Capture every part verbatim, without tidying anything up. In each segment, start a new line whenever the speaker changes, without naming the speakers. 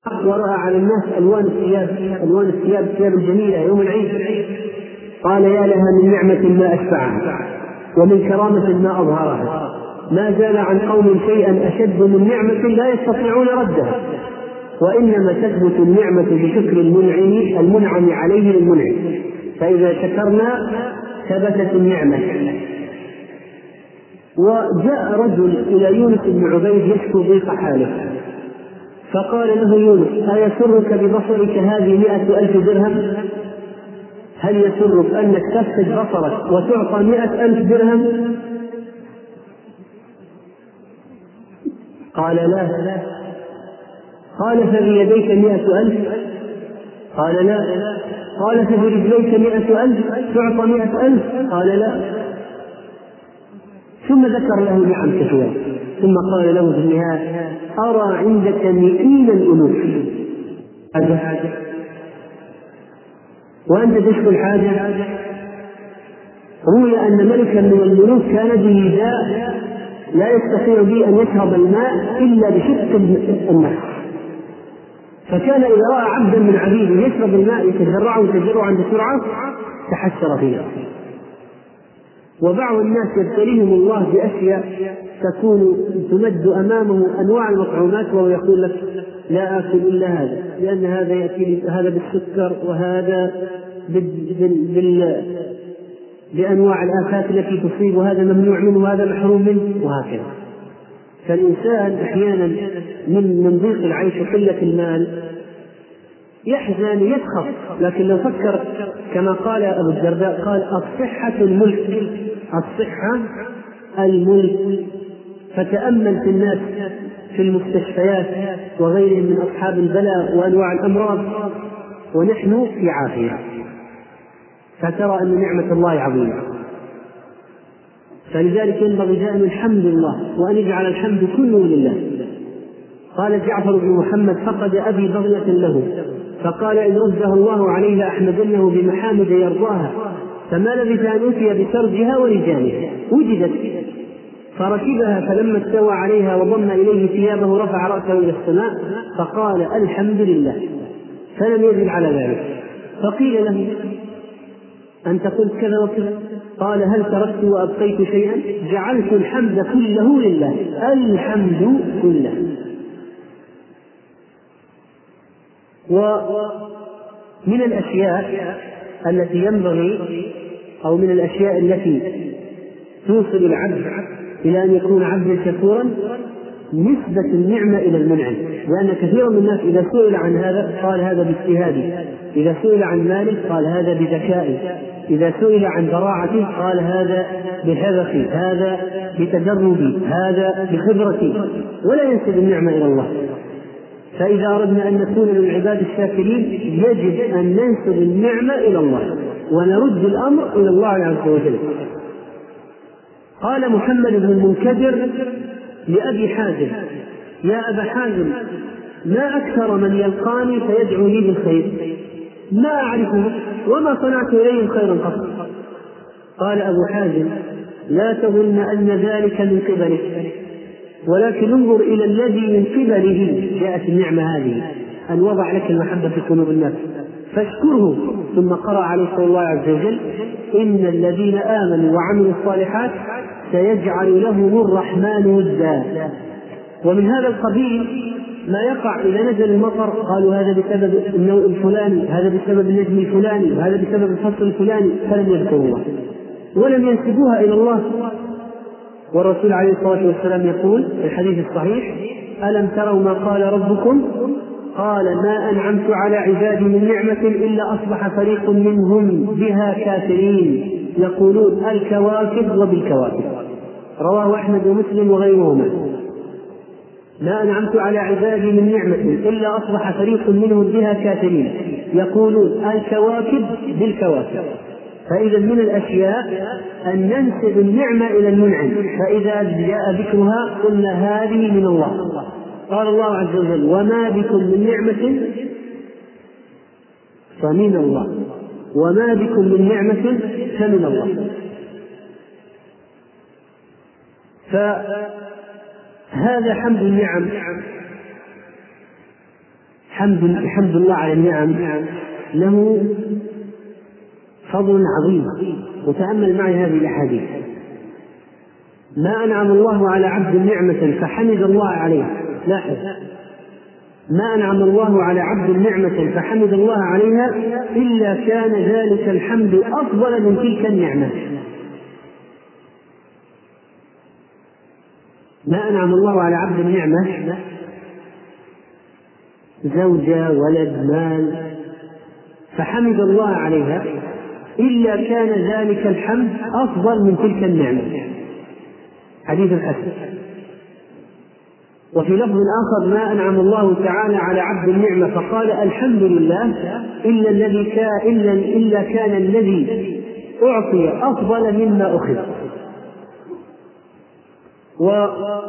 ورأى على الناس ألوان الثياب ألوان الثياب الثياب الجميلة يوم العيد، قال يا لها من نعمة ما أشبعها ومن كرامة ما أظهرها، ما زال عن قوم شيئا أشد من نعمة لا يستطيعون ردها، وإنما تثبت النعمة بشكر المنعم المنعم عليه المنعم، فإذا شكرنا ثبتت النعمة. وجاء رجل إلى يونس بن عبيد يشكو ضيق حاله، فقال له يونس أيسرك ببصرك هذه مئة ألف درهم؟ هل يسرك أنك تفقد بصرك وتعطى مئة ألف درهم؟ قال لا. قال فبيديك مئة ألف؟ قال لا. قال فبرجليك مئة ألف تعطى مئة ألف؟ قال لا. ثم ذكر له نعم كثيرة، ثم قال له في النهاية أرى عندك مئين الألوف حاجة وأنت تشكو الحاجة. روي أن ملكا من الملوك كان به داء لا يستطيع به أن يشرب الماء إلا بشق النفس، فكان إذا رأى عبدا من عبيده يشرب الماء يتجرعه ويتجرعه بسرعة تحسر فيها. وبعض الناس يبتليهم الله بأشياء تكون تمد أمامه أنواع المطعومات وهو يقول لك لا آكل إلا هذا، لأن هذا يأتي هذا بالسكر وهذا بال... بال... بال... بأنواع الآفات التي تصيب، وهذا ممنوع منه وهذا محروم منه، وهكذا. فالإنسان أحيانا من من ضيق العيش وقلة المال يحزن يسخط، لكن لو فكر كما قال أبو الدرداء قال الصحة الملك، الصحة الملك. فتأمل في الناس في المستشفيات وغيرهم من أصحاب البلاء وأنواع الأمراض ونحن في عافية، فترى أن نعمة الله عظيمة. فلذلك ينبغي دائما الحمد لله وأن يجعل الحمد كله لله. قال جعفر بن محمد فقد أبي بغية له فقال إن رده الله عليه لأحمدنه بمحامد يرضاها، فما لبث أن أتي بسرجها ورجالها وجدت فركبها، فلما استوى عليها وضم إليه ثيابه رفع رأسه إلى السماء فقال الحمد لله، فلم يزل على ذلك. فقيل له أنت قلت كذا وكذا؟ قال هل تركت وأبقيت شيئا؟ جعلت الحمد كله لله، الحمد كله. ومن الأشياء التي ينبغي أو من الأشياء التي توصل العبد إلى أن يكون عبدا شكورا نسبة النعمة إلى المنعم، لأن كثيرا من الناس إذا سئل عن هذا قال هذا باجتهادي، إذا سئل عن ماله قال هذا بذكائي، إذا سئل عن براعته قال هذا بحذقي، هذا بتدربي، هذا بخبرتي، ولا ينسب النعمة إلى الله. فإذا أردنا أن نكون من العباد الشاكرين يجب أن ننسب النعمة إلى الله ونرد الأمر إلى الله عز وجل. قال محمد بن المنكدر لأبي حازم يا أبا حازم ما أكثر من يلقاني فيدعو لي بالخير، ما أعرفه وما صنعت إليه خيرا قط. قال أبو حازم لا تظن أن ذلك من قبلك، ولكن انظر إلى الذي من قبله جاءت النعمة هذه، أن وضع لك المحبة في قلوب الناس فاشكره. ثم قرأ عليه صلى الله عز وجل إن الذين آمنوا وعملوا الصالحات سيجعل لهم الرحمن ودا. ومن هذا القبيل ما يقع إذا نزل المطر قالوا هذا بسبب النوع الفلاني، هذا بسبب النجم الفلاني، وهذا بسبب الفصل الفلاني، فلم يذكروا الله ولم ينسبوها إلى الله. والرسول عليه الصلاة والسلام يقول في الحديث الصحيح ألم تروا ما قال ربكم؟ قال ما أنعمت على عبادي من نعمة إلا أصبح فريق منهم بها كافرين يقولون الكواكب وبالكواكب. رواه أحمد ومسلم وغيرهما. ما أنعمت على عبادي من نعمة إلا أصبح فريق منهم بها كافرين يقولون الكواكب بالكواكب. فإذا من الأشياء أن ننسب النعمة إلى المنعم، فإذا جاء ذكرها قلنا هذه من الله. قال الله عز وجل وما بكم من نعمة فمن الله، وما بكم من نعمة فمن الله. فهذا حمد النعم حمد حمد الله على النعم له فضل عظيم. وتأمل معي هذه الأحاديث: ما أنعم الله على عبد نعمة فحمد الله عليها. لاحظ: ما أنعم الله على عبد نعمة فحمد الله عليها إلا كان ذلك الحمد أفضل من تلك النعمة. ما أنعم الله على عبد نعمة، زوجة، ولد، مال، فحمد الله عليها إلا كان ذلك الحمد أفضل من تلك النعمة. حديث الحسن. وفي لفظ آخر: ما أنعم الله تعالى على عبد النعمة فقال الحمد لله إلا الذي كان إلا, إلا كان الذي أعطي أفضل مما أخذ. و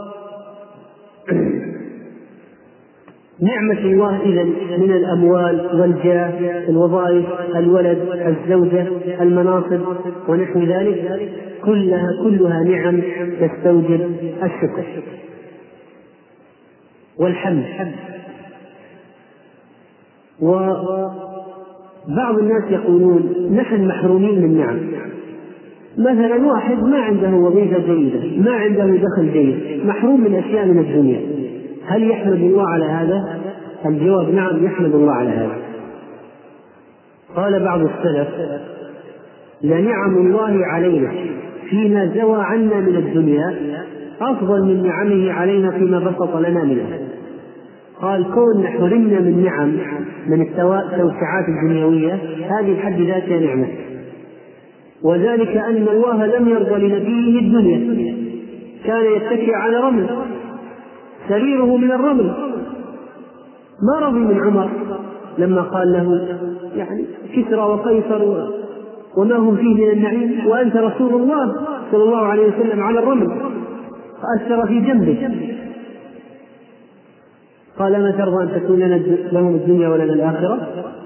نعمة الله إذن من الأموال والجاه، الوظائف، الولد، الزوجة، المناصب ونحو ذلك، كلها كلها نعم تستوجب الشكر والحمد. وبعض الناس يقولون نحن محرومين من نعم. مثلا واحد ما عنده وظيفة جيدة، ما عنده دخل جيد، محروم من أشياء من الدنيا، هل يحمد الله على هذا؟ الجواب: نعم، يحمد الله على هذا. قال بعض السلف: لنعم الله علينا فيما زوى عنا من الدنيا أفضل من نعمه علينا فيما بسط لنا منها. قال: كون حرمنا من نعم من التوسعات الدنيوية هذه بحد ذاتها نعمة، وذلك أن الله لم يرضى لنبيه الدنيا، كان يتكئ على رمل، سريره من الرمل، ما رضي من عمر لما قال له يعني كسرى وقيصر وما هم فيه من النعيم وأنت رسول الله صلى الله عليه وسلم على الرمل، فأثر في جنبه. قال: ما ترضى أن تكون لهم الدنيا ولنا الآخرة؟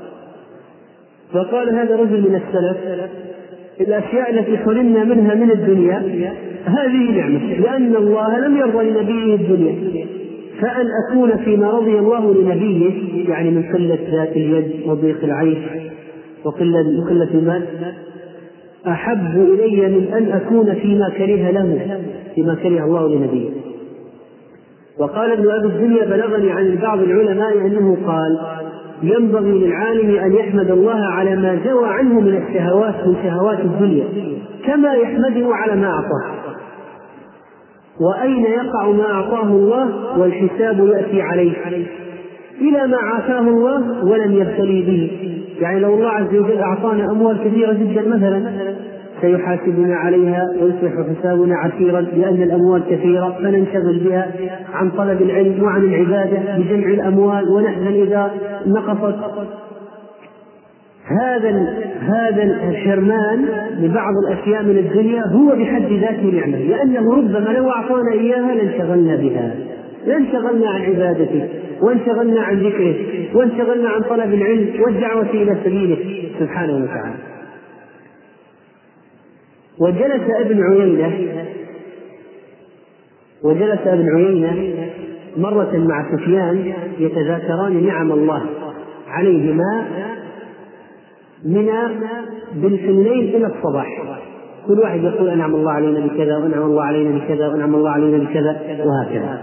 فقال هذا رجل من السلف: الأشياء التي حرمنا منها من الدنيا هذه نعمة، لأن الله لم يرضى لنبيه الدنيا، فأن أكون فيما رضي الله لنبيه، يعني من قلة ذات اليد وضيق العيش وقلة المال، أحب إلي من أن أكون فيما كره له، فيما كره الله لنبيه. وقال ابن أبي الدنيا: بلغني عن بعض العلماء أنه قال: ينبغي للعالم أن يحمد الله على ما زوى عنه من الشهوات من شهوات الدنيا كما يحمده على ما أعطاه. وأين يقع ما أعطاه الله والحساب يأتي عليه إلى ما عافاه الله ولم يبتلي به. يعني لو الله عز وجل أعطانا أموال كثيرة جدا مثلا سيحاسبنا عليها ويصبح حسابنا عسيرا، لأن الأموال كثيرة فننشغل بها عن طلب العلم وعن العبادة بجمع الأموال، ونحزن إذا نقصت. هذا هذا الحرمان لبعض الأشياء من الدنيا هو بحد ذاته نعمة، لأنه ربما لو أعطانا إياها لانشغلنا بها، لانشغلنا عن عبادته، وانشغلنا عن ذكره، وانشغلنا عن طلب العلم والدعوة إلى سبيله سبحانه وتعالى. وجلس ابن عيينة وجلس ابن عيينة مرة مع سفيان يتذاكران نعم الله عليهما من بالليل إلى الصباح، كل واحد يقول أنعم الله علينا بكذا وأنعم الله علينا بكذا وأنعم الله علينا بكذا وهكذا.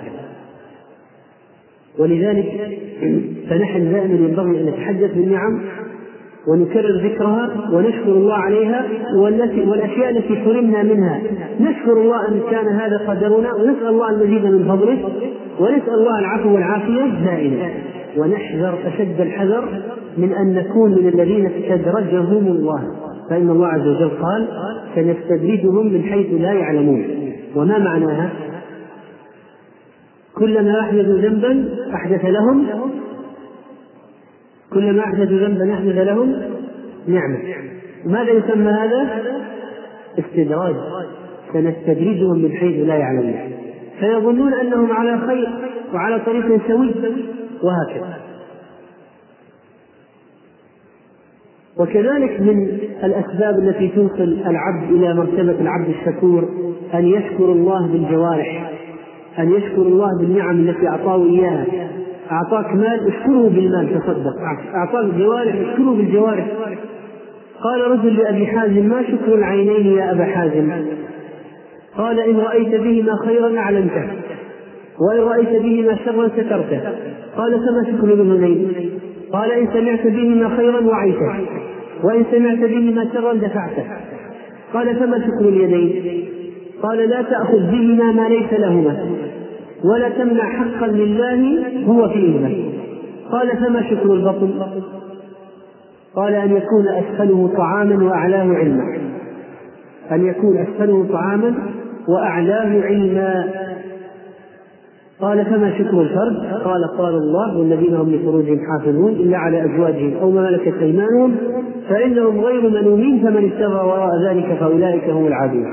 ولذلك فنحن دائما ينبغي أن نتحدث بالنعم ونكرر ذكرها ونشكر الله عليها، والأشياء التي حرمنا منها نشكر الله أن كان هذا قدرنا، ونسأل الله المزيد من فضله، ونسأل الله العفو والعافية دائما. ونحذر أشد الحذر من أن نكون من الذين استدرجهم الله، فإن الله عز وجل قال: سنستدرجهم من حيث لا يعلمون. وما معناها؟ كلما أحدثوا ذنبا أحدث لهم كلما أحدثوا ذنبا أحدث لهم نعمة. ماذا يسمى هذا؟ استدراج. سنستدرجهم من حيث لا يعلمون، فيظنون أنهم على خير وعلى طريق سوي، وهكذا. وكذلك من الأسباب التي توصل العبد إلى مرتبة العبد الشكور أن يشكر الله بالجوارح، أن يشكر الله بالنعم التي أعطاه إياها، أعطاك مال اشكره بالمال تصدق، أعطاك جوارح اشكره بالجوارح. قال رجل لأبي حازم: ما شكر العينين يا أبا حازم؟ قال: إن رأيت بهما خيرا أعلنته، وإن رأيت بهما شرا سترته. قال: فما شكر الأذنين؟ قال: إن سمعت بهما خيرا وعيته، وإن سمعت بهما شرا دفعته. قال: فما شكر اليدين؟ قال: لا تأخذ بهما ما ليس لهما، ولا تمنع حقا لله هو فيهما. قال: فما شكر البطن؟ قال: أن يكون أسفله طعاما وأعلاه علما. أن يكون أسفله طعاما وأعلاه علما. قال: فما شكر الفرد؟ قال: قال الله: والذين هم لفروجهم حافظون إلا على أزواجهم أو ما ملكت أيمانهم فإنهم غير ملومين، فمن ابتغى وراء ذلك فأولئك هم العادون.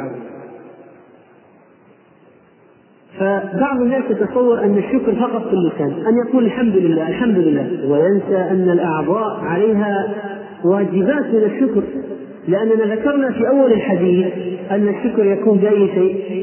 فبعض الناس يتصور أن الشكر فقط في اللسان، أن يقول الحمد لله الحمد لله، وينسى أن الأعضاء عليها واجبات من الشكر، لأننا ذكرنا في أول الحديث أن الشكر يكون بأي شيء؟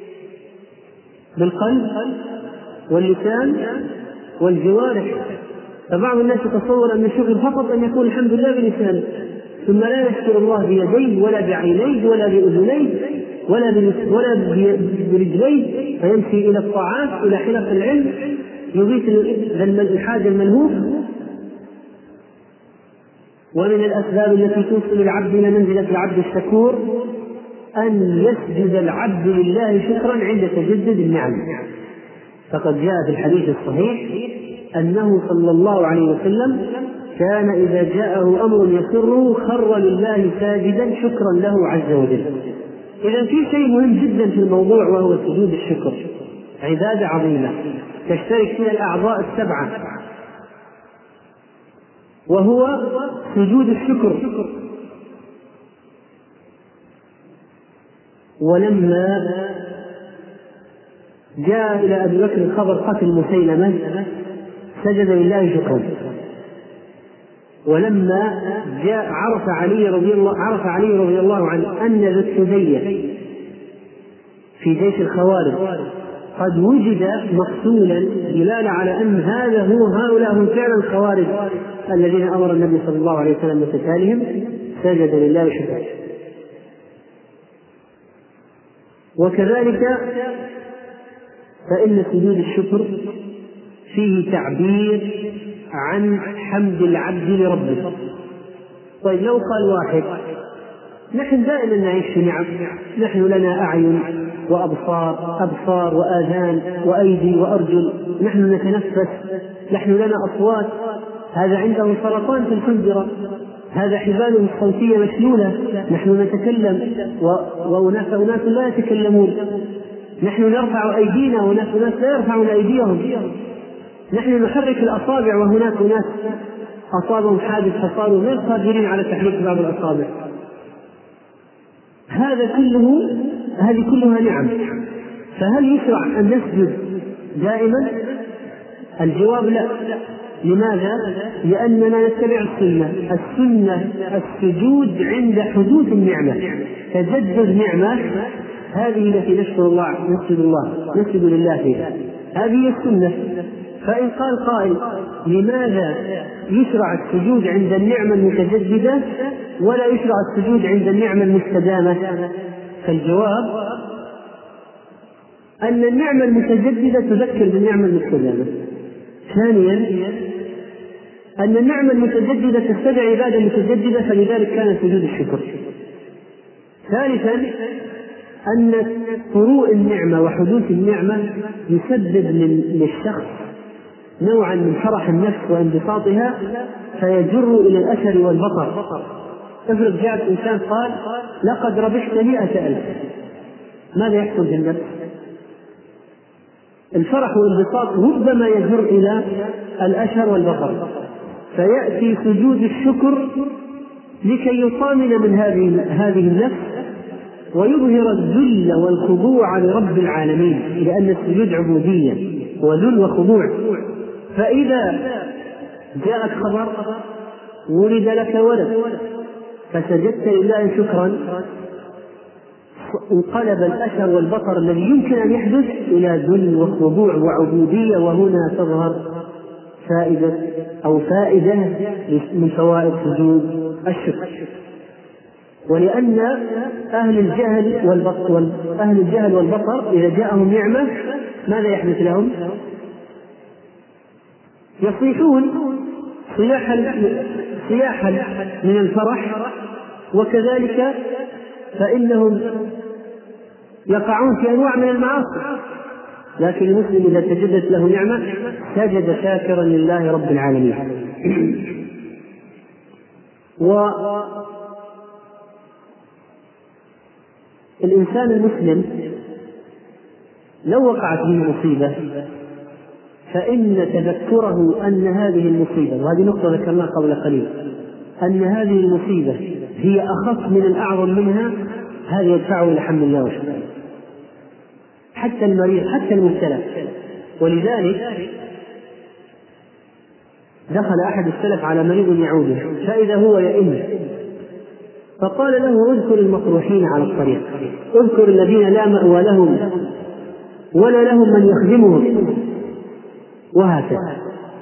بالقلب واللسان والجوارح. فبعض الناس يتصور أن الشكر فقط أن يكون الحمد لله بلسانه، ثم لا يشكر الله بيديه ولا بعينيه ولا بأذنيه ولا ولا برجليه، فيمشي إلى الطاعات إلى حلق العلم يضيف الحاجة الملهوف. ومن الأسباب التي توصل العبد إلى منزلة العبد الشكور أن يسجد العبد لله شكرا عند تجدد النعم. فقد جاء في الحديث الصحيح أنه صلى الله عليه وسلم كان إذا جاءه أمر يسره خر لله ساجدا شكرا له عز وجل. إذا في شيء مهم جدا في الموضوع وهو سجود الشكر، عبادة عظيمة تشترك فيها الأعضاء السبعة، وهو سجود الشكر. ولما جاء إلى أبي بكر خبر قتل مسيلمة سجد لله شكرا. ولما جاء عرف علي رضي الله عرف علي رضي الله عنه أن ذا الثدي في جيش الخوارج قد وجد مقتولا دلالة على أن هذا هو هؤلاء هم فعلا الخوارج الذين أمر النبي صلى الله عليه وسلم بقتالهم، سجد لله شكرا. وكذلك فإن سجود الشكر فيه تعبير عن حمد العبد لربه. طيب لو قال واحد: نحن دائما نعيش في نعم، نحن لنا أعين وأبصار أبصار وآذان وأيدي وأرجل، نحن نتنفس، نحن لنا أصوات، هذا عنده سرطان في الحنجرة، هذا حباله الصوتية مشلولة، نحن نتكلم وأناس أناس لا يتكلمون، نحن نرفع أيدينا وناس أناس لا يرفعون أيديهم، نحن نحرك الأصابع وهناك ناس أصابهم حادث فصاروا غير قادرين على تحريك بعض الأصابع. هذا كله هذه كلها نعم. فهل يشرع أن نسجد دائما؟ الجواب لا. لماذا؟ لأننا نتبع السنة. السنة السجود عند حدوث النعمة، تجدد نعمة، هذه التي نشكر الله نسجد الله نسجد لله فيها، هذه السنة. فإن قال قائل: لماذا يشرع السجود عند النعمة المتجددة ولا يشرع السجود عند النعمة المستدامة؟ فالجواب أن النعمة المتجددة تذكر بالنعمة المستدامة. ثانيا أن النعمة المتجددة تستدعي عبادة متجددة، فلذلك كان سجود الشكر. ثالثا أن طروء النعمة وحدوث النعمة يسبب للشخص نوعا من فرح النفس وانبساطها فيجر إلى الأثر والبطر. افرض جاء إنسان قال: لقد ربحت مئة ألف، ماذا يحصل في النفس؟ الفرح والانبساط ربما يجر إلى الأثر والبطر، فيأتي سجود الشكر لكي يطامن من هذه هذه النفس ويظهر الذل والخضوع لرب العالمين، لأن السجود عبودية وذل وخضوع. فإذا جاءت خبر ولد لك ولد فسجدت لله شكرا، انقلب الأثر والبطر الذي يمكن أن يحدث إلى ذل وخضوع وعبودية، وهنا تظهر فائدة أو فائدة من فوائد سجود الشكر. ولأن أهل الجهل والبصر أهل الجهل والبصر إذا جاءهم نعمة ماذا يحدث لهم؟ يصيحون صياحا صياحا من الفرح، وكذلك فإنهم يقعون في أنواع من المعاصي. لكن المسلم إذا تجدت له نعمة سجد شاكرا لله رب العالمين. والإنسان المسلم لو وقعت به مصيبة فإن تذكره أن هذه المصيبة، وهذه نقطة ذكرناها قبل قليل، أن هذه المصيبة هي أخف من الأعظم منها، هذا يدفعه إلى حمد الله وشكره. حتى المريض حتى المبتلى. ولذلك دخل أحد السلف على مريض يعوده فإذا هو يئن، فقال له: اذكر المطروحين على الطريق، اذكر الذين لا مأوى لهم ولا لهم من يخدمهم، وهكذا.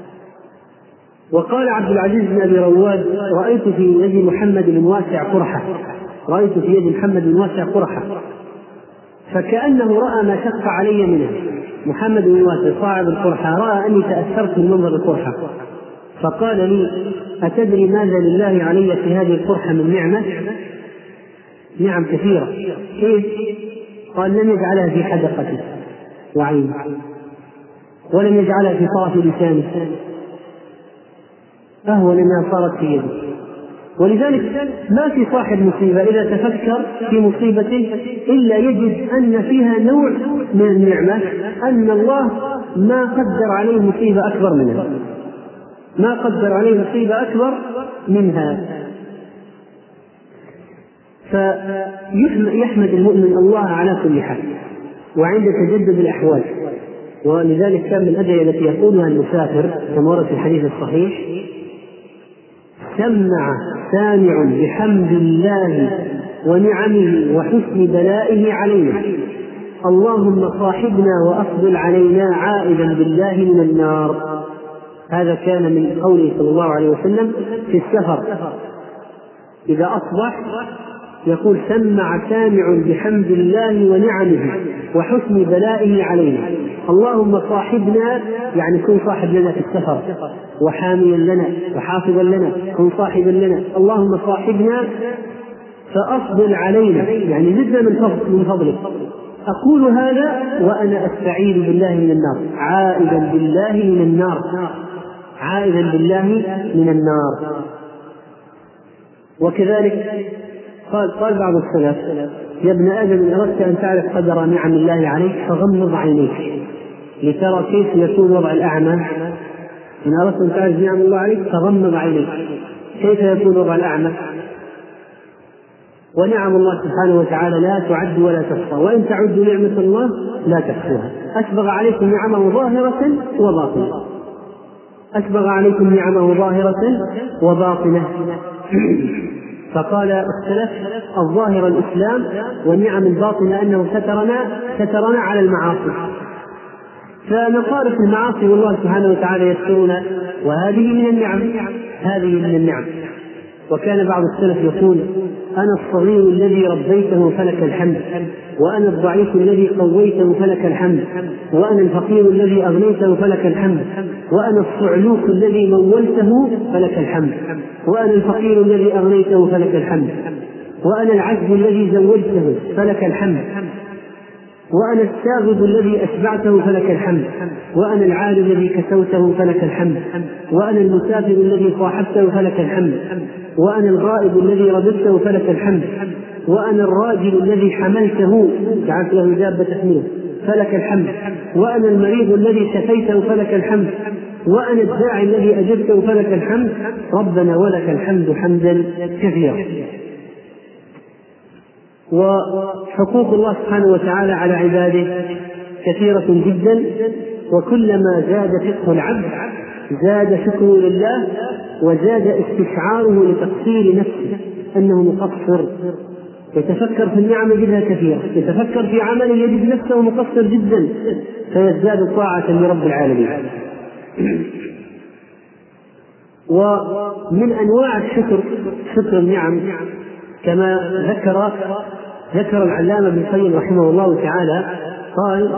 وقال عبد العزيز بن أبي رواد: رأيت في يد محمد بن واسع قرحة رأيت في يد محمد بن واسع قرحة فكأنه رأى ما شق علي منه. محمد بن واسع صاحب القرحة رأى أني تأثرت من منظر القرحة، فقال لي: أتدري ماذا لله علي في هذه القرحة من نعمة؟ نعم كثيرة. كيف؟ قال: لم يجعلها في حدقته وعينه، ولم يجعلها في طرف لسانه، أهون أنها صارت في يده. ولذلك ما في صاحب مصيبة إذا تفكر في مصيبته إلا يجد أن فيها نوع من النعمة، أن الله ما قدر عليه مصيبة أكبر منها ما قدر عليه مصيبة أكبر منها فيحمد المؤمن الله على كل حال وعند تجدد الأحوال. ولذلك كان من الأدعية التي يقولها المسافر كما ورد في الحديث الصحيح: سمع سامع بحمد الله ونعمه وحسن بلائه علينا، اللهم صاحبنا وأفضل علينا عائدا بالله من النار. هذا كان من قوله صلى الله عليه وسلم في السفر إذا أصبح يقول: سمع سامع بحمد الله ونعمه وحسن بلائه علينا، اللهم صاحبنا، يعني كن صاحب لنا في السفر وحاميا لنا وحافظا لنا، كن صاحبا لنا، اللهم صاحبنا فأفضل علينا، يعني زدنا من فضل من فضلك. أقول هذا وأنا أستعيذ بالله من النار، عائدا بالله من النار عائدا بالله من النار. وكذلك قال قال بعض السلف: يا ابن آدم إن أردت أن تعرف قدر نعم الله عليك فغمض عينيك لترى كيف يكون وضع الأعمى. إن أردت أن تعرف نعم الله عليك فغمض عينيك، كيف يكون وضع الأعمى؟ ونعم الله سبحانه وتعالى لا تعد ولا تحصى، وإن تعدوا نعمة الله لا تحصوها. أسبغ عليكم نعمه ظاهرة وباطنة أسبغ عليكم نعمه ظاهرة وباطنة فقال السلف: الظاهر الإسلام، والنعم الباطنة أنه سترنا سترنا على المعاصي، فنقارف المعاصي والله سبحانه وتعالى يسترنا، وهذه من النعم هذه من النعم. وكان بعض السلف يقول: أنا الصغير الذي ربيته فلك الحمد، وأنا الضعيف الذي قويته فلك الحمد، وأنا الفقير الذي أغنيته فلك الحمد، وأنا الصعلوك الذي مولته فلك الحمد، وأنا الفقير الذي أغنيته فلك الحمد، وأنا العجز الذي زوجته فلك الحمد، وأنا الساغب الذي أشبعته فلك الحمد، وأنا العالم الذي كسوته فلك الحمد، وأنا المسافر الذي صاحبته فلك الحمد، وأنا الغائب الذي رددته فلك الحمد، وأنا الراجل الذي حملته جعلت له دابة تحمله فلك الحمد، وأنا المريض الذي شفيته فلك الحمد، وأنا الداعي الذي أجبته فلك الحمد، ربنا ولك الحمد حمدا كثيرا. وحقوق الله سبحانه وتعالى على عباده كثيرة جدا، وكلما زاد فقه العبد زاد شكره لله وزاد استشعاره لتقصير نفسه أنه مقصر. يتفكر في النعم يجدها كثيرة، يتفكر في عمل يجد نفسه مقصر جدا، فيزداد طاعة لرب العالمين. ومن أنواع الشكر شكر النعم كما ذكر ذكر العلامة ابن القيم رحمه الله تعالى قال: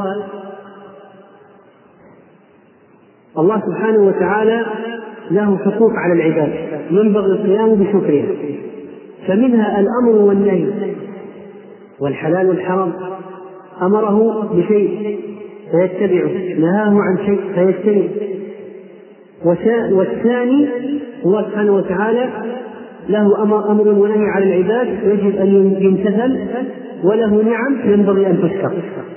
الله سبحانه وتعالى له حقوق على العباد ينبغي القيام بشكرها، فمنها الأمر والنهي والحلال والحرام. أمره بشيء فيتبعه، نهاه عن شيء فيجتنبه. والثاني الله سبحانه وتعالى له أمر ونهي على العباد يجب أن يمتثل، وله نعم ينبغي أن تشكر.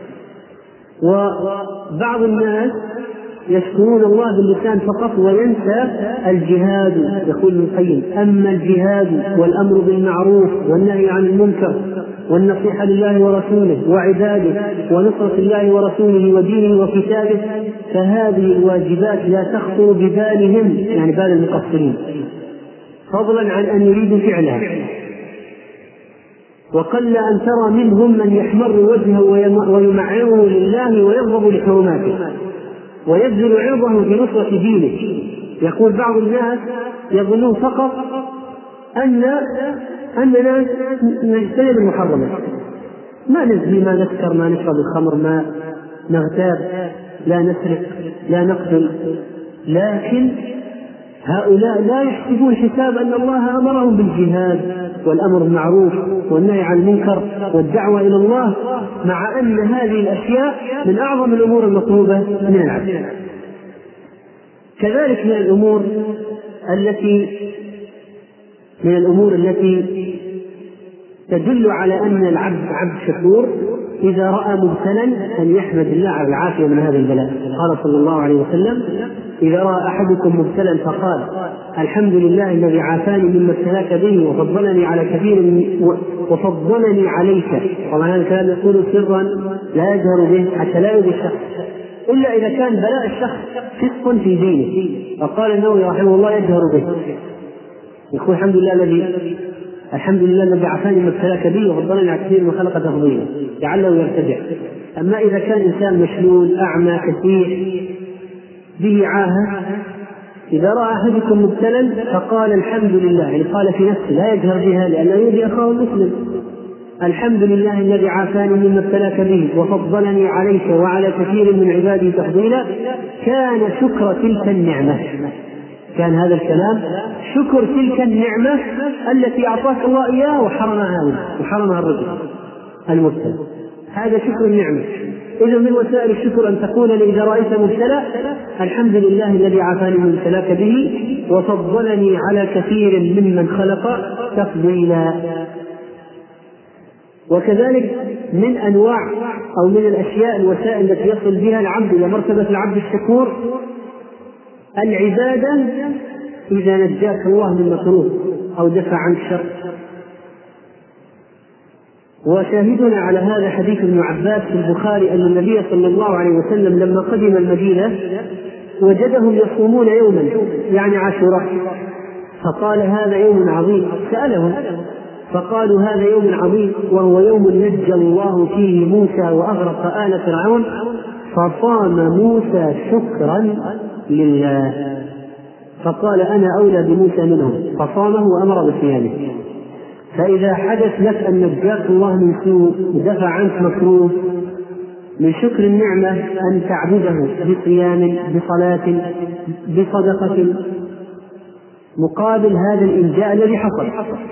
وبعض الناس يشكرون الله باللسان فقط وينسى الجهاد. يقول ابن القيم: أما الجهاد والأمر بالمعروف والنهي عن المنكر والنصيحة لله ورسوله وعباده ونصرة الله ورسوله ودينه وكتابه فهذه الواجبات لا تخطر ببالهم، يعني بال المقصرين، فضلا عن أن يريدوا فعلها. وقل أن ترى منهم من يحمر وجهه ويمعره لله ويغضب لحرماته ويبذل عرضه في نصرة دينه. يقول بعض الناس يظنون فقط أن أننا نجتنب المحرمات، ما نزني، ما نسكر، ما نشرب الخمر، ما نغتاب، لا نسرق، لا نقتل. لكن هؤلاء لا يحسبون حساب أن الله أمرهم بالجهاد والأمر بالمعروف والنهي عن المنكر والدعوة إلى الله، مع أن هذه الأشياء من أعظم الأمور المطلوبة من العبد. كذلك من الأمور التي من الأمور التي تدل على أن العبد عبد شكور إذا رأى مبتلا أن يحمد الله على العافية من هذا البلاء. قال صلى الله عليه وسلم: إذا رأى أحدكم مبتلا فقال: الحمد لله الذي عافاني مما ابتلاك به وفضلني على كثير وفضلني عليك. طبعا هذا الكلام يقول سرا لا يجهر به حتى لا يؤذي الشخص، إلا إذا كان بلاء الشخص فسق في دينه. فقال النووي رحمه الله: يجهر به، يقول الحمد لله الذي الحمد لله الذي عافاني مما ابتلاك به وفضلني على كثير من خلق تفضيلا، لعله يرتدع. أما إذا كان إنسان مشلول أعمى كثير به عاهة، إذا رأى أحدكم مبتلا فقال الحمد لله، يعني قال في نفسه لا يجهر بها لأن يؤذي أخاه المسلم: الحمد لله الذي عافاني مما ابتلاك به وفضلني عليك وعلى كثير من عباده تفضيلا، كان شكر تلك النعمة. كان هذا الكلام شكر تلك النعمة التي أعطاك الله إياه وحرمها وحرمها الرجل المبتلى. هذا شكر النعمة. إذا من وسائل الشكر أن تقول إذا رأيت مبتلى: الحمد لله الذي عافاني من ابتلاك به وفضلني على كثير ممن خلق تفضيلا. وكذلك من أنواع أو من الأشياء الوسائل التي يصل بها العبد إلى مرتبة العبد الشكور العبادة إذا نجاك الله من مكروه أو دفع عنك شر. وشاهدنا على هذا حديث ابن عباس في البخاري أن النبي صلى الله عليه وسلم لما قدم المدينة وجدهم يصومون يوما يعني عاشوراء، فقال: هذا يوم عظيم. سألهم فقالوا: هذا يوم عظيم وهو يوم نجى الله فيه موسى وأغرق آل فرعون، فصام موسى شكرا لله. فقال: أنا أولى بموسى منهم، فصامه وأمر بصيامه. فإذا حدث لك أن نجاك الله من سوء ودفع عنك مكروه، من شكر النعمة أن تعبده بصيام، بصلاة، بصدقة، مقابل هذا الإنجاء الذي حصل.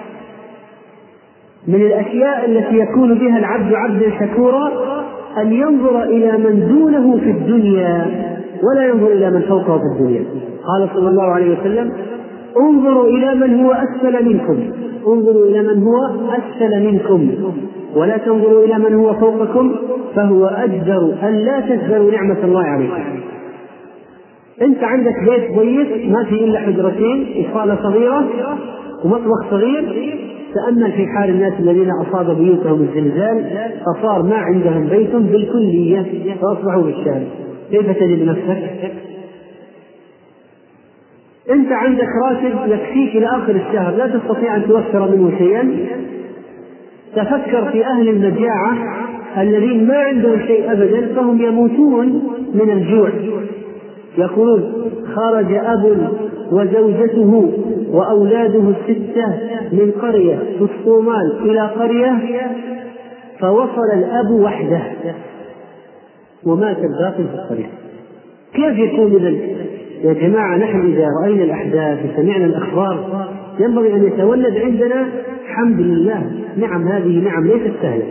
من الأشياء التي يكون بها العبد عبدا شكورا أن ينظر إلى من دونه في الدنيا ولا ينظر إلى من فوقه في الدنيا. قال صلى الله عليه وسلم: انظروا إلى من هو أسفل منكم، انظروا إلى من هو أسفل منكم ولا تنظروا إلى من هو فوقكم، فهو أجدر أن لا تزدروا نعمة الله عليكم. أنت عندك بيت ضيق ما فيه إلا حجرتين وصالة صغيرة ومطبخ صغير، تأمل في حال الناس الذين أصاب بيوتهم الزلزال فصار ما عندهم بيت بالكلية فأصبحوا بالشارع، كيف تجد نفسك؟ أنت عندك راتب يكفيك إلى آخر الشهر لا تستطيع أن توفر منه شيئا، تفكر في أهل المجاعة الذين ما عندهم شيء أبدا فهم يموتون من الجوع. يقولون: خرج أب وزوجته وأولاده الستة من قرية في الصومال إلى قرية، فوصل الأب وحده ومات الباقي في الطريق. كيف يكون إذن يا جماعة؟ نحن إذا رأينا الأحداث وسمعنا الأخبار ينبغي أن يتولد عندنا حمد لله. نعم، هذه نعم ليست سهلة.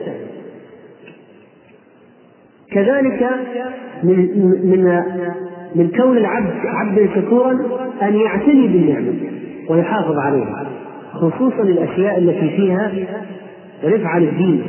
كذلك من من من كون العبد عبدا شكورا أن يعتني بالنعمة ويحافظ عليها، خصوصا الأشياء التي فيها رفعة للدين،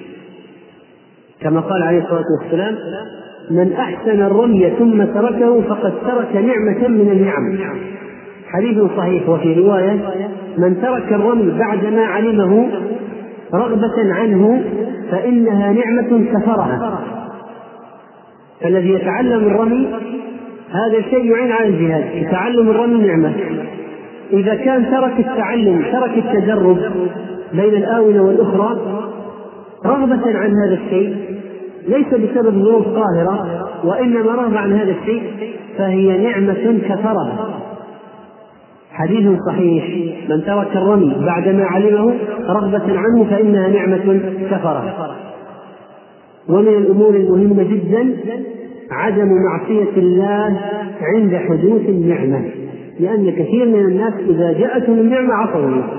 كما قال عليه الصلاة والسلام: من أحسن الرمي ثم تركه فقد ترك نعمة من النعم. حديث صحيح. وفي رواية: من ترك الرمي بعدما علمه رغبة عنه فإنها نعمة كفرها. فالذي يتعلم الرمي هذا شيء يعين على الجهاد، تعلم الرمي نعمة. إذا كان ترك التعلم، ترك التدرب بين الآونة والأخرى رغبة عن هذا الشيء، ليس بسبب ظروف قاهرة وإنما رغب عن هذا الشيء، فهي نعمة كفرها. حديث صحيح: من ترك الرمي بعدما علمه رغبة عنه فإنها نعمة كفرها. ومن الأمور المهمة جدا عدم معصية الله عند حدوث النعمة، لأن كثير من الناس إذا جاءتهم النعمة عصوا الله.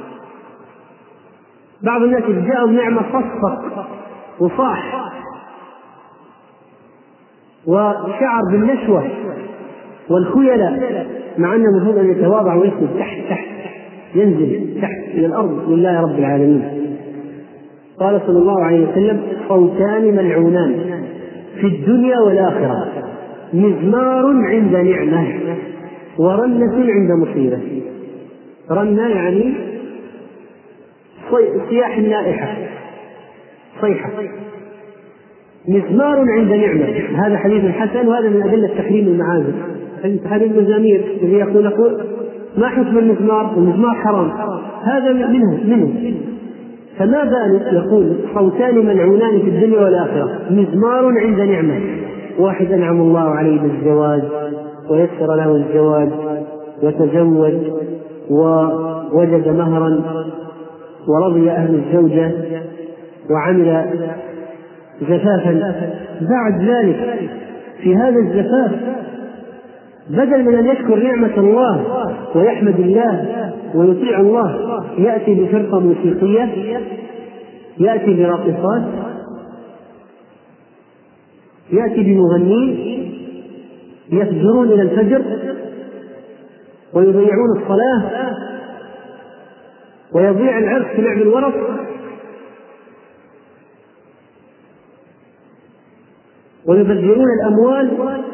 بعض الناس إذا جاءهم نعمة صفق وصاح وشعر بالنشوة والخيلة، مع أنه المفروض أن يتواضع ويسجد تحت تحت ينزل تحت إلى الأرض لله رب العالمين. قال صلى الله عليه وسلم: صوتان ملعونان في الدنيا والآخرة: مزمار عند نعمة ورنة عند مصيبة. رنة يعني صياح النائحة، صيحة. مزمار عند نعمة، هذا حديث حسن، وهذا من أدلة تحريم المعازف. تحريم المزامير الذي يقول يقول ما حكم المزمار؟ المزمار حرام، هذا منه منه فما بالك يقول صوتان ملعونان في الدنيا والآخرة: مزمار عند نعمة. واحد أنعم الله عليه بالزواج ويسر له الزواج وتزوج ووجد مهرا ورضي أهل الزوجة وعمل زفافا، بعد ذلك في هذا الزفاف بدل من أن يشكر نعمة الله ويحمد الله ويطيع الله يأتي بفرقة موسيقية، يأتي براقصات، يأتي بمغنين يفجرون إلى الفجر ويضيعون الصلاة، ويضيع العرس في لعب الورق، ويبذرون الأموال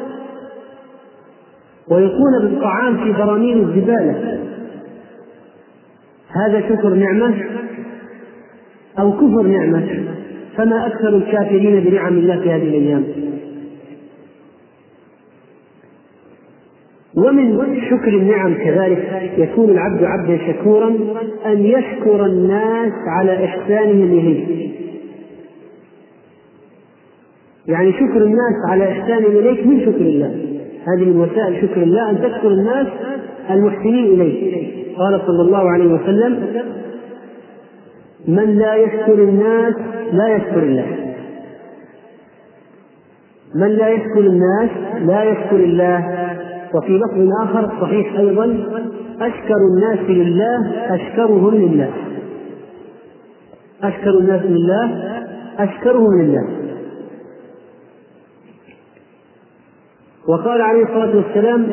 ويكون بالطعام في براميل الزبالة. هذا شكر نعمة أو كفر نعمة؟ فما أكثر الكافرين بنعم الله في هذه الأيام. ومن شكر النعم كذلك يكون العبد عبدا شكورا أن يشكر الناس على إحسانهم إليه. يعني شكر الناس على إحسانهم إليك من شكر الله. هذه من وسائل شكر الله أن تشكر الناس المحسنين إليك. قال صلى الله عليه وسلم: من لا يشكر الناس لا يشكر الله. من لا يشكر الناس لا يشكر الله. وفي لفظ آخر صحيح أيضا: أشكر الناس لله أشكرهم لله. أشكر الناس لله أشكرهم لله. وقال عليه الصلاة والسلام: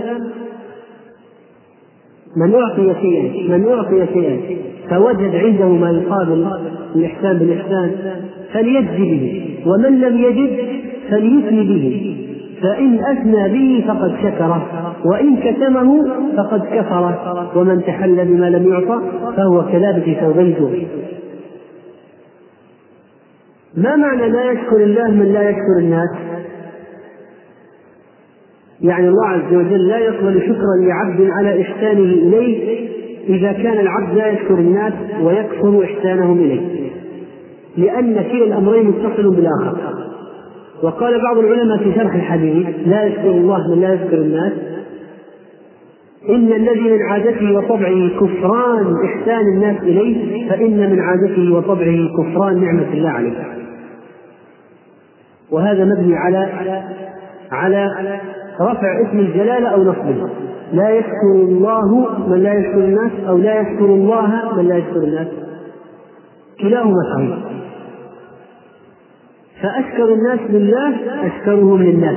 من أعطي شيئا من أعطي شيئا فوجد عنده ما يقابل الإحسان بالإحسان فليجزي به، ومن لم يجد فليثني به، فإن أثنى به فقد شكره، وإن كتمه فقد كفره، ومن تحلى بما لم يعطى فهو كلابس ثوبيه. ما معنى لا يشكر الله من لا يشكر الناس؟ يعني الله عز وجل لا يقبل شكرا لعبد على إحسانه إليه إذا كان العبد لا يشكر الناس ويكفر إحسانهم إليه، لأن كلا الأمرين متصل بالآخر. وقال بعض العلماء في شرح الحديث: لا يشكر الله من لا يشكر الناس، إن الذي من عادته وطبعه كفران إحسان الناس إليه فإن من عادته وطبعه كفران نعمة الله عليه. وهذا مبني على على رفع اسم الجلالة أو نصبه. لا يشكر الله من لا يشكر الناس، أو لا يشكر الله من لا يشكر الناس، كلاهما صحيح. فأشكر الناس لله أشكرهم للناس.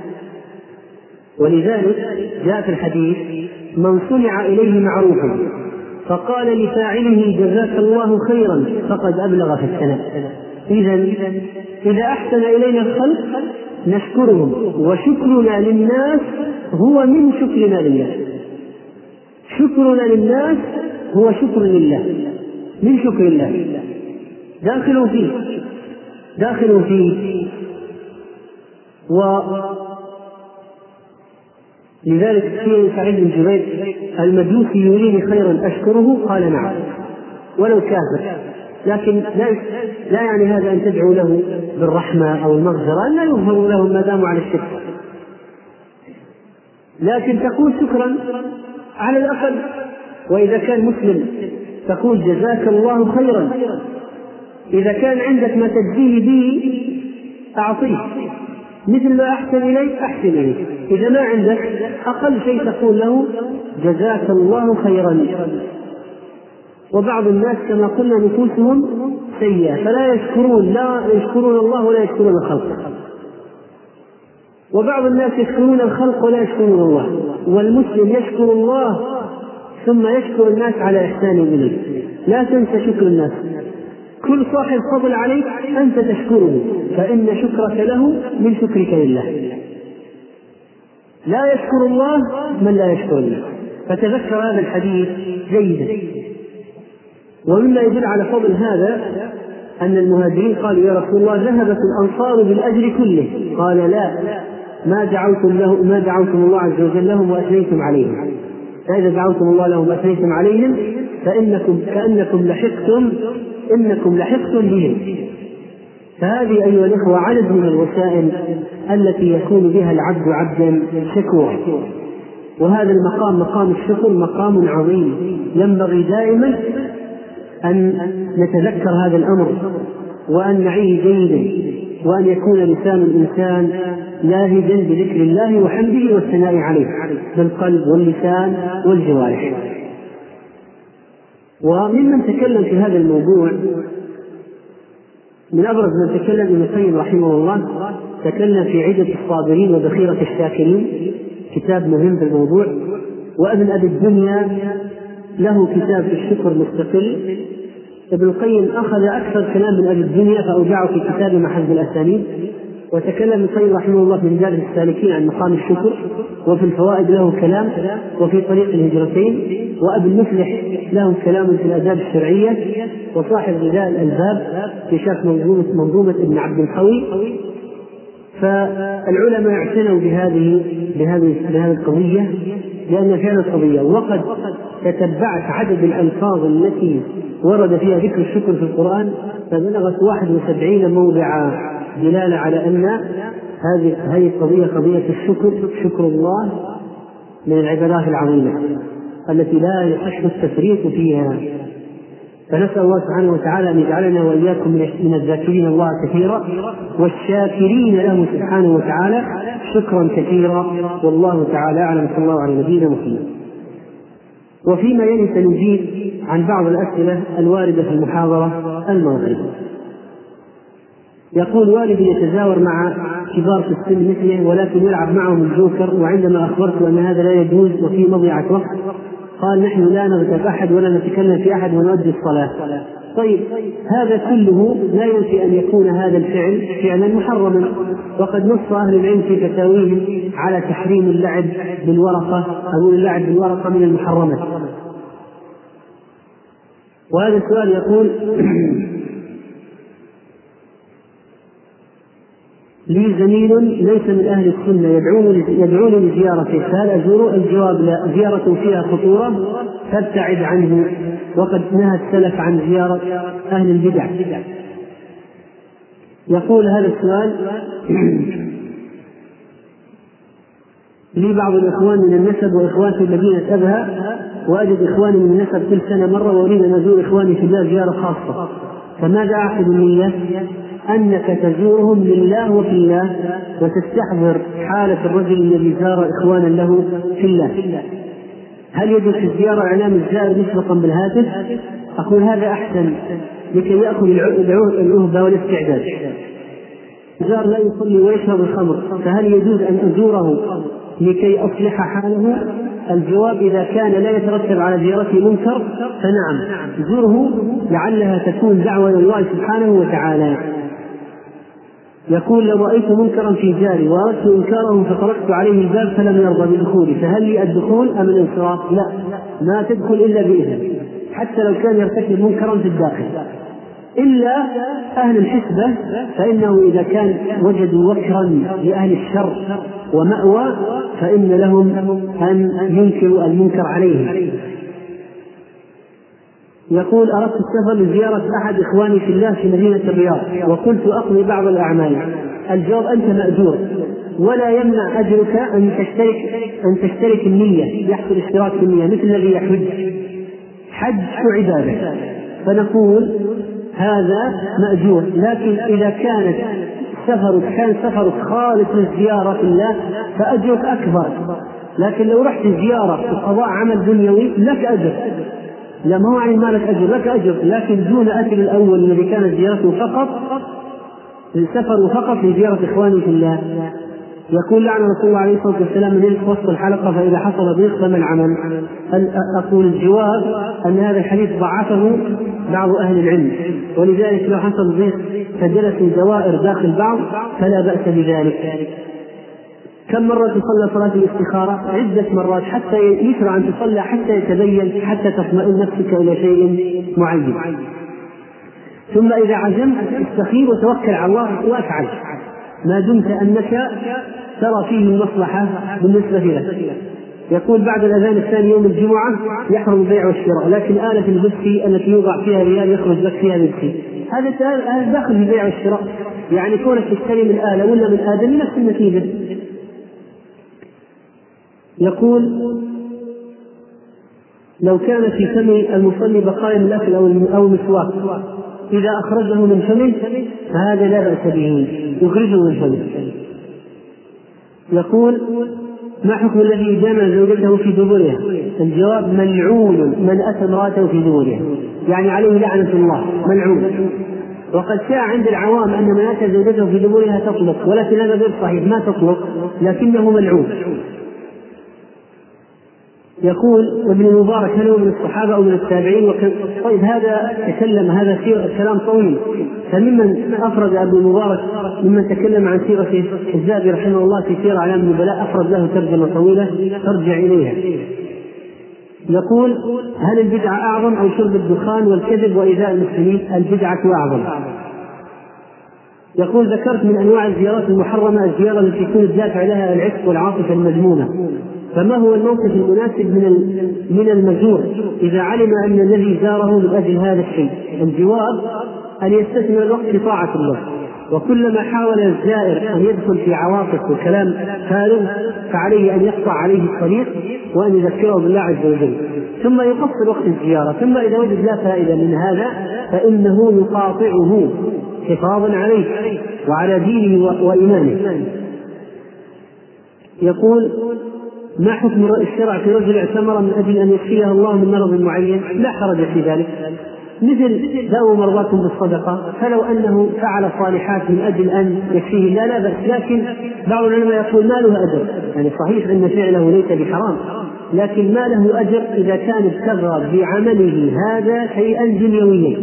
ولذلك جاء في الحديث: من صنع إليه معروف فقال لفاعله جزاك الله خيرا فقد أبلغ في الثناء. إذا إذا أحسن إلينا الخلق نشكرهم، وشكرنا للناس هو من شكرنا لله. شكرنا للناس هو شكر لله، من شكر الله، داخل فيه داخل فيه ولذلك في سعيد بن جبير: المجوسي يريني خيرا أشكره؟ قال: نعم، ولو كافر. لكن لا, لا يعني هذا أن تدعو له بالرحمة أو المغفرة، لا يغفر له ما داموا على الشرك، لكن تقول شكرا على الأقل. وإذا كان مسلم تقول جزاك الله خيرا. إذا كان عندك ما تجزيه به أعطيه، مثل ما أحسن إليك أحسن إليك. إذا ما عندك أقل شيء تقول له جزاك الله خيرا. وبعض الناس كما قلنا نفوسهم سيئة، فلا يشكرون، لا يشكرون الله ولا يشكرون الخلق. وبعض الناس يشكرون الخلق ولا يشكرون الله. والمسلم يشكر الله ثم يشكر الناس على إحسانه إليه. لا تنسى شكر الناس. كل صاحب فضل عليك أنت تشكره، فإن شكرك له من شكرك لله. لا يشكر الله من لا يشكر الله. فتذكر هذا الحديث جيدا. ومما يدل على فضل هذا أن المهاجرين قالوا: يا رسول الله ذهبت الأنصار بالأجر كله. قال: لا، ما دعوتم له ما دعوتم الله عز وجل لهم وأثنيتم عليهم. فإذا دعوتم الله لهم وأثنيتم عليهم فإنكم كأنكم لحقتم إنكم لحقتم بهم. فهذه أيها الإخوة عدد من الوسائل التي يكون بها العبد عبدا شكورا. وهذا المقام، مقام الشكر، مقام عظيم ينبغي دائما أن نتذكر هذا الأمر وأن نعيه جيدا، وأن يكون لسان الإنسان لاهجا بذكر الله وحمده والثناء عليه بالقلب واللسان والجوارح. وممن تكلم في هذا الموضوع من أبرز من تكلم ابن القيم رحمه الله، تكلم في عدة الصابرين وذخيرة الشاكرين، كتاب مهم في الموضوع. وابن أبي الدنيا له كتاب في الشكر مستقل. ابن القيم أخذ أكثر كلام من أبي الدنيا فأوجعه في كتاب محز الأسانيد. وتكلم ابن القيم رحمه الله في مدارج السالكين عن مقام الشكر، وفي الفوائد له كلام، وفي طريق الهجرتين. وأبي المفلح له كلام في الآداب الشرعية. وصاحب غذاء الألباب في شرح منظومة منظومة ابن عبد القوي. فالعلماء اعتنوا بهذه بهذه بهذه القضية لأن فعلا قضية. وقد تتبعت عدد الألفاظ التي ورد فيها ذكر الشكر في القرآن فبلغت واحد وسبعين موضع دلالة على أن هذه هذه القضية قضية الشكر، شكر الله من العبادات العظيمة التي لا يصح التفريط فيها. فنسأل الله سبحانه وتعالى أن يجعلنا وإياكم من الذاكرين الله كثيرا والشاكرين له سبحانه وتعالى شكرا كثيرا. والله تعالى أعلم. صلى الله على نبينا محمد. وفيما يلي سنجيب عن بعض الأسئلة الواردة في المحاضرة الماضية. يقول: والدي يتزاور مع كبار في السن مثله ولكن يلعب معهم الجوكر، وعندما أخبرت أن هذا لا يجوز وفي مضيعة وقت قال: نحن لا نغتاب أحد ولا نتكلم في أحد ونؤدي الصلاة. طيب، هذا كله لا ينفي أن يكون هذا الفعل فعلا محرما، وقد نص أهل العلم في فتاويهم على تحريم اللعب بالورقة أو اللعب بالورقة من المحرمات. وهذا السؤال يقول: لي زميل ليس من أهل السنة يدعوني لزيارته، فهل أزوره؟ الجواب: لا، زيارة فيها خطورة فابتعد عنه، وقد نهى السلف عن زيارة أهل البدع. يقول هذا السؤال: لي بعض الإخوان من النسب وإخوان في مدينة أبها، وأجد إخواني من النسب كل سنة مرة، وأريد أن أزور إخواني في الله زيارة خاصة، فماذا أعقد النية؟ أنك تزورهم لله وفي الله، وتستحضر حالة الرجل الذي زار إخوانا له في الله. هل يجوز في الزيارة إعلام الزائر مسبقا بالهاتف؟ أقول هذا أحسن لكي يأخذ الأهبة والاستعداد. الزائر لا يصلي ويشرب الخمر، فهل يجوز أن أزوره لكي أصلح حاله؟ الجواب: إذا كان لا يترتب على زيارته منكر فنعم، زوره لعلها تكون دعوة إلى الله سبحانه وتعالى. يقول: لو رأيت منكرا في جاري وأردت إنكاره فطرقت عليه الباب فلم يرضى بدخولي، فهل لي الدخول أم الانصراف؟ لا، ما تدخل إلا بإذن، حتى لو كان يرتكب منكرا في الداخل، إلا أهل الحسبة فإنه إذا كان وجدوا وكرا لأهل الشر ومأوى فإن لهم أن ينكروا المنكر عليهم. يقول: أردت السفر لزيارة أحد إخواني في الله في مدينة الرياض، وقلت أقضي بعض الأعمال. الجواب: أنت مأجور، ولا يمنع أجرك أن تشترك أن تشترك النية، يحصل اشتراك في النية مثل الذي يحج، حج وعبادة، فنقول هذا مأجور. لكن إذا كانت سفرك كان سفرك خالص للزيارة في الله فأجرك أكبر، لكن لو رحت زيارة وقضاء عمل دنيوي لك أجر، لا ما هو عن مالك أجر، لك أجر، لكن دون أجر الأول الذي كانت زيارته فقط السفر فقط لزيارة إخواني في الله. يقول: لعن رسول الله عليه الصلاة والسلام من يلف وسط الحلقة فإذا حصل ضيق فما العمل؟ أقول الجواب أن هذا الحديث ضعفه بعض أهل العلم، ولذلك لو حصل ضيق فجلسوا دوائر داخل بعض فلا بأس بذلك. كم مرة تصلى صلاة الاستخارة؟ عدة مرات، حتى يشرع أن تصلى حتى يتبين، حتى تطمئن نفسك إلى شيء معين. ثم إذا عزمت استخير وتوكل على الله وافعل ما دمت أنك ترى فيه المصلحة بالنسبة لك. يقول: بعد الأذان الثاني يوم الجمعة يحرم البيع والشراء، لكن آلة البثي التي يوضع فيها ريال يخرج لك فيها بثي، هذا داخل في البيع والشراء، يعني كونك تشتري من آلة ولا من آدم نفس النتيجة. يقول: لو كان في فم المصلي بقايا من الأكل أو المسواك إذا أخرجه من فمه فهذا لا بأس به، يخرجه من فمه. يقول: ما حكم الذي جامع زوجته في دبرها؟ الجواب: ملعون من أتى امرأته في دبرها، يعني عليه لعنة الله، ملعون. وقد شاع عند العوام أن من أتى زوجته في دبرها تطلق، ولكن هذا غير صحيح، ما تطلق لكنه ملعون. يقول: ابن المبارك هل هو من الصحابة أو من التابعين؟ وكان طيب هذا تكلم، هذا كلام طويل، فممن أفرد أبو المبارك ممن تكلم عن سيرته الذهبي رحمه الله في سير أعلام النبلاء، أفرد له ترجمة طويلة ترجع إليها. يقول: هل البدعة أعظم أو شرب الدخان والكذب وإيذاء المسلمين؟ البدعة أعظم. يقول: ذكرت من أنواع الزيارات المحرمة الزيارة التي يكون الدافع لها العشق والعاطفة المذمومة، فما هو الموقف المناسب من من المزور إذا علم أن الذي زاره من أجل هذا الشيء؟ الجواب: أن يستثمر الوقت في طاعة الله، وكلما حاول الزائر أن يدخل في عواطف وكلام فارغ فعليه أن يقطع عليه الطريق وأن يذكره بالله عز وجل، ثم يقصر وقت الزيارة، ثم إذا وجد لا فائدة من هذا فإنه يقاطعه حفاظا عليه وعلى دينه وإيمانه. يقول: ما حكم الشرع في رجل اعتمر من أجل أن يشفيه الله من مرض معين؟ لا حرج في ذلك، مثل داووا مرضاكم بالصدقة، فلو أنه فعل صالحات من أجل أن يكفيه لا لا بأس، لكن بعض العلماء يقول ما له أجر، يعني صحيح أن فعله ليس بحرام، لكن ما له أجر إذا كان ابتغى بعمله هذا شيئا دنيويا.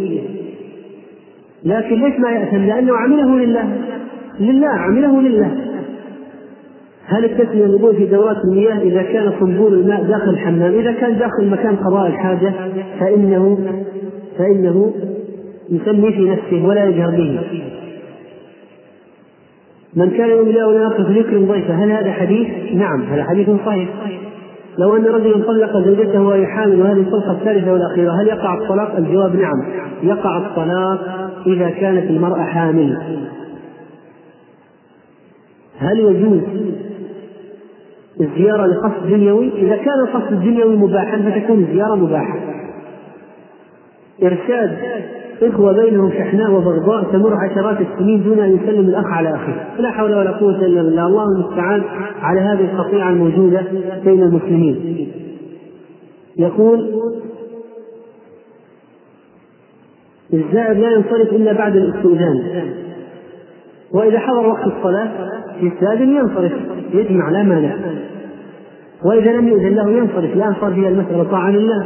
لكن ليش ما يأثم؟ لأنه عمله لله، لله عمله لله. هل التسمية الوضوء في دورات المياه إذا كان صنبور الماء داخل الحمام؟ إذا كان داخل مكان قضاء الحاجة فإنه فإنه يسمي في نفسه ولا يجهر به. من كان يؤمن بالله واليوم فليكرم ضيفه، هل هذا حديث؟ نعم، هذا حديث صحيح. لو أن رجلا طلق زوجته وهي حامل وهذه الطلقة الثالثة والأخيرة هل يقع الطلاق؟ الجواب: نعم، يقع الطلاق إذا كانت المرأة حامل. هل يجوز الزيارة لقصد دنيوي، إذا كان القصد الدنيوي مباحا فتكون الزيارة مباحة. إرشاد إخوة بينهم شحناء وبغضاء تمر عشرات السنين دون أن يسلم الأخ على أخيه، لا حول ولا قوة إلا بالله. الله المستعان على هذه القطيعة الموجودة بين المسلمين. يقول: الزائر لا ينصرف إلا بعد الاستئذان، وإذا حضر وقت الصلاة يستأذن ينصرف يجمع لا مانع، وإذا لم يؤذن له ينصرف، لا صار فيها المسألة طاعة لله.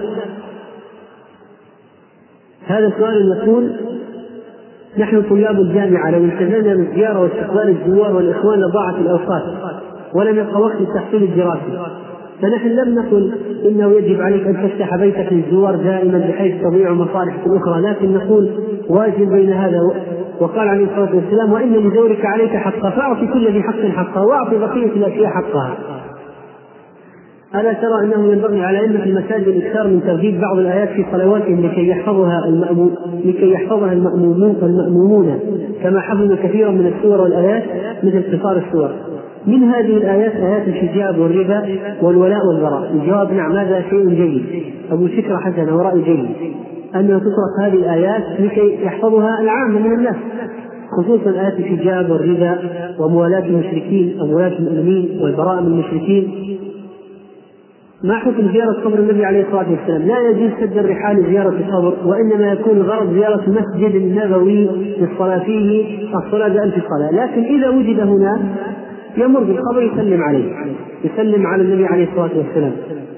هذا السؤال يقول: نحن طلاب الجامعة لو التزمنا بالزيارة واستقبال الزوار والإخوان لضاعت الأوقات ولم يبقى وقت للتحصيل الدراسي، فنحن لم نقل إنه يجب عليك أن تفتح بيتك للزوار دائما بحيث تضيع مصالحك الأخرى، لكن نقول واجب بين هذا. وقال عليه الصلاة والسلام: وإن لزورك عليك حقا فأعطي كل ذي حق حقه وأعطي بقية الأشياء حقها. ألا ترى أنه ينبغي على أئمة المساجد الإكثار من ترديد بعض الآيات في صلواتهم لكي يحفظها المأمون لكي يحفظها المأمومون المأمومون كما حفظوا كثيرا من السور والآيات مثل قصار السور. من هذه الآيات آيات الحجاب والربا والولاء والبراء. الجواب: نعم، هذا شيء جيد، أبو شكرة حسن ورأي جيد أنه تترك هذه الآيات لكي يحفظها العامة من الناس، خصوصا آيات الحجاب والربا وموالاة المشركين أموالات المؤمنين والبراء من المشركين. ما حكم زيارة قبر النبي عليه الصلاة والسلام؟ لا يجوز سد الرحال زيارة القبر، وإنما يكون الغرض زيارة المسجد النبوي للصلاة فيه الصلاة بألف صلاة، لكن إذا وجد هنا يمر بالقبر يسلم عليه، يسلم على النبي عليه الصلاة والسلام.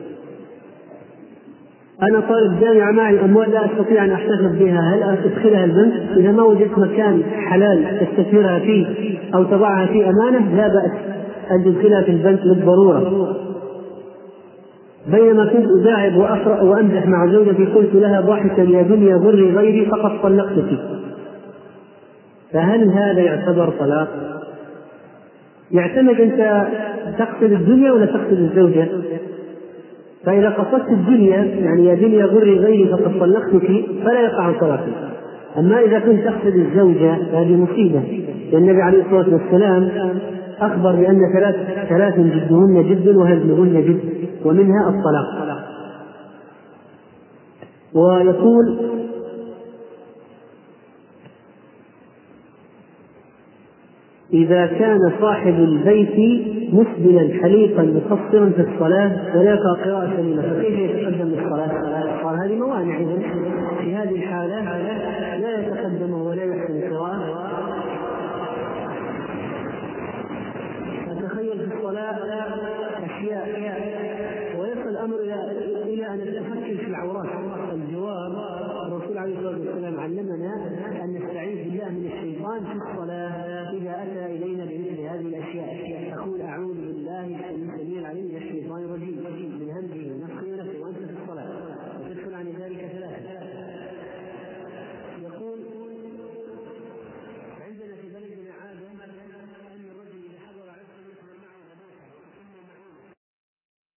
أنا طالب جامعة معي أموال لا أستطيع أن أحتفظ بها، هل أدخلها البنك؟ إذا ما وجدت مكان حلال تستثمرها فيه أو تضعها في أمانة لا بأس أن تدخلها في البنك للضرورة. بينما كنت أداعب وأفرأ وأمزح مع زوجتي قلت لها ضاحكا: يا دنيا ضري غيري فقد طلقتك. فهل هذا يعتبر طلاق؟ يعتمد أنت تقصد الدنيا ولا تقصد الزوجة. فإذا قصدت الدنيا يعني يا دنيا ضري غيري فقد طلقتك فلا يقع طلاق. أما إذا كنت تقصد الزوجة هذه مصيبة. النبي عليه الصلاة والسلام أخبر بأن ثلاث ثلاث جدهن جد وهزلهن جد، ومنها الطلاق. ويقول: إذا كان صاحب البيت مسبلا حليقا مقصرا في الصلاة ولا قراءة سليمة فكيف يتقدم للصلاة؟ قال: هذه موانع. في هذه الحالة لا يتقدم ولا يحسن القراءة. أتخيل في الصلاة أشياء ويصل الأمر إلى أن نتفكر في العورات. الجواب: الرسول عليه الصلاة والسلام علمنا أن نستعيذ بالله من الشيطان في الصلاة.